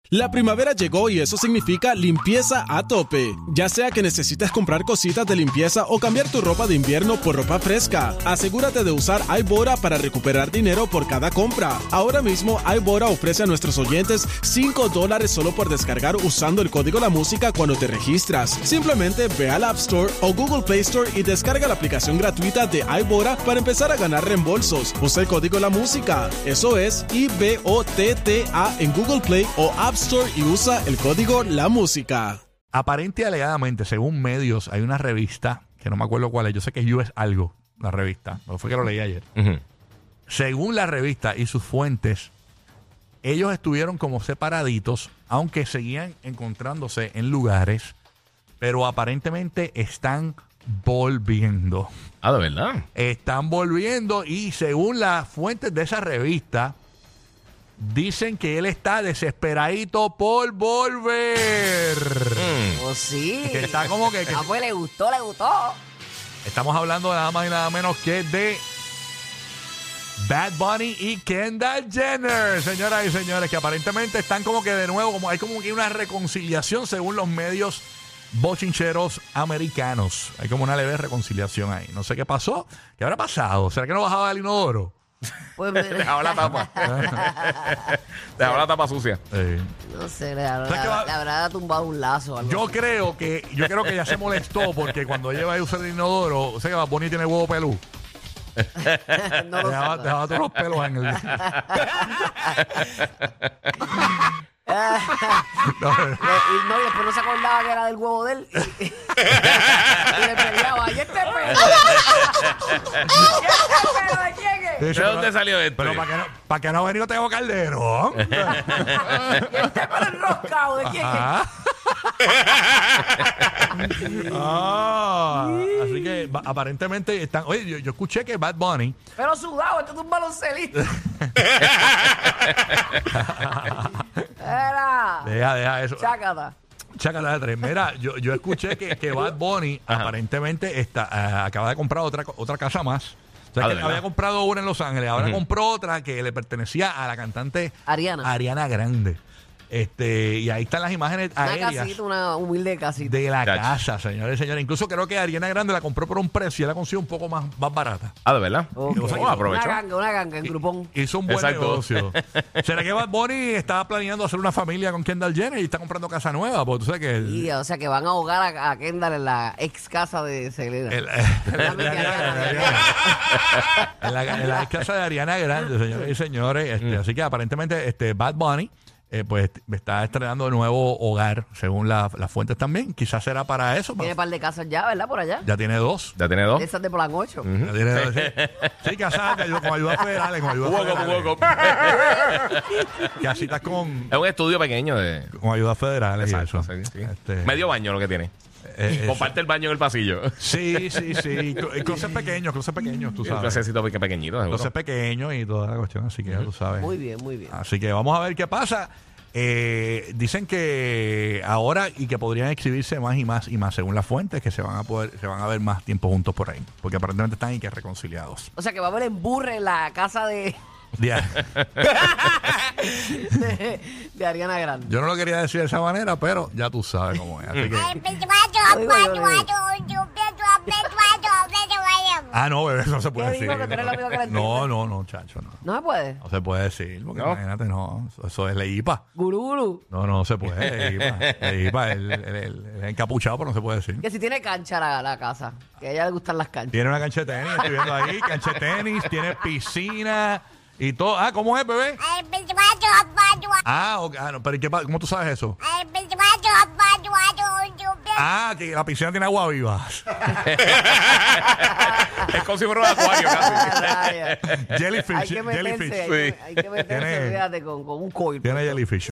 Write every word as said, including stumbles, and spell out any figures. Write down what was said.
La primavera llegó y eso significa limpieza a tope. Ya sea que necesites comprar cositas de limpieza o cambiar tu ropa de invierno por ropa fresca, asegúrate de usar iBora para recuperar dinero por cada compra. Ahora mismo iBora ofrece a nuestros oyentes cinco dólares solo por descargar usando el código La Música cuando te registras. Simplemente ve al App Store o Google Play Store y descarga la aplicación gratuita de iBora para empezar a ganar reembolsos. Usa el código La Música. Eso es I B O T T A en Google Play o App Store y usa el código La Música. Aparente y alegadamente, según medios, hay una revista, que no me acuerdo cuál es, yo sé que es U S algo, la revista, no fue que lo leí ayer. Uh-huh. Según la revista y sus fuentes, ellos estuvieron como separaditos, aunque seguían encontrándose en lugares, pero aparentemente están volviendo. Ah, ¿de verdad? Están volviendo y según las fuentes de esa revista, dicen que él está desesperadito por volver. Mm. Oh, sí. Que está como que, que... Ah, pues le gustó, le gustó. Estamos hablando de nada más y nada menos que de Bad Bunny y Kendall Jenner, señoras y señores, que aparentemente están como que de nuevo, como hay como que una reconciliación según los medios bochincheros americanos. Hay como una leve reconciliación ahí. No sé qué pasó. ¿Qué habrá pasado? ¿Será que no bajaba el inodoro? Pues dejaba la tapa. Dejaba la tapa sucia. Sí. No sé, le habrá, le habrá tumbado un lazo o algo Yo así. creo que yo creo que ya se molestó porque cuando lleva a usar el inodoro, o sea que Bad Bunny tiene huevo pelú. No lo dejaba, sé. dejaba todos los pelos en el... no, y, no, y después no se acordaba que era del huevo de él. Y, y le peleaba. ¿Y este pelo? ¿Y este pelo de quién es? ¿De dónde salió esto? Pero para que no, para que no ha venido Tego Calderón. ¿Y este pelo enroscado de quién Ah. Ah, así que ba- aparentemente están. Oye, yo, yo escuché que Bad Bunny. es? Pero sudado, esto es un baloncelista. Era. Deja, deja eso. Chácata. Chácala de tres. Mira, yo, yo escuché que, que Bad Bunny Ajá. aparentemente está, uh, acaba de comprar otra, otra casa más. O sea, Ah, que ¿de había verdad? comprado una en Los Ángeles, ahora Ujú. compró otra que le pertenecía a la cantante Ariana. Ariana Grande. Este, y ahí están las imágenes Una aéreas casita, una humilde casita. de la Chacho. casa, señores y señores. Incluso creo que Ariana Grande la compró por un precio y la consiguió un poco más, más barata. Ah, ¿de verdad? Ok. Oh, Una aprovechó. ganga, una ganga en grupón. Hizo un buen Exacto. negocio. ¿Será que Bad Bunny estaba planeando hacer una familia con Kendall Jenner y está comprando casa nueva? Porque tú sabes que el, Y, o sea, que van a ahogar a, a Kendall en la ex casa de Selena. el- Dame que Ariana, Ariana. en la, en la casa de Ariana Grande, señores y señores. Este, Así que aparentemente este Bad Bunny eh, pues está estrenando de nuevo hogar, según la- las fuentes también. Quizás será para eso. Tiene un par de casas ya, ¿verdad? Por allá. Ya tiene dos. ¿Ya tiene dos? Esas de Plan ocho. Ya tiene dos, sí. Sí, casadas con ayuda federal. Con ayuda Hugo, federales. Hugo. Casitas con, Es un estudio pequeño de... con ayuda federales y Exacto, eso. sí, sí. Este, Medio baño lo que tiene. eh, eso. Comparte el baño en el pasillo. Sí, sí, sí. Cl- Closets pequeños, closets pequeños, tú Un sabes. closetcito pe- pequeñito, seguro. Closets pequeños y toda la cuestión, así que ya tú sabes. Muy bien, muy bien. Así que vamos a ver qué pasa. Eh, dicen que ahora y que podrían exhibirse más y más y más según las fuentes, que se van a poder, se van a ver más tiempo juntos por ahí, porque aparentemente están y que reconciliados. O sea, que va a haber emburre en la casa de, Ya. de, de Ariana Grande. Yo no lo quería decir de esa manera, pero ya tú sabes cómo es. Así que, ah, no, bebé, eso no se puede ¿Qué decir. digo? Que tú eres lo único que le entiende. No, no, no, chacho, no. No se puede. No se puede decir, porque ¿No? imagínate, no. Eso, eso es ley I P A. Gurú, gurú. No, no se puede. I P A. Ley I P A, el, el, el- el encapuchado, pero no se puede decir. Que si tiene cancha la, la casa. Que a ella le gustan las canchas. Tiene una cancha de tenis, estoy viendo ahí, cancha de tenis, tiene piscina y todo. Ah, ¿cómo es, bebé? Ah, ok, ah, no, pero ¿y qué pa- ¿cómo tú sabes eso? Ah, que la piscina tiene agua viva. Es como si fuera un acuario casi. Raya. Jellyfish, Hay que meterse, jellyfish. hay, que, hay que meterse, Tiene- fíjate, con, con un coil. Tiene jellyfish.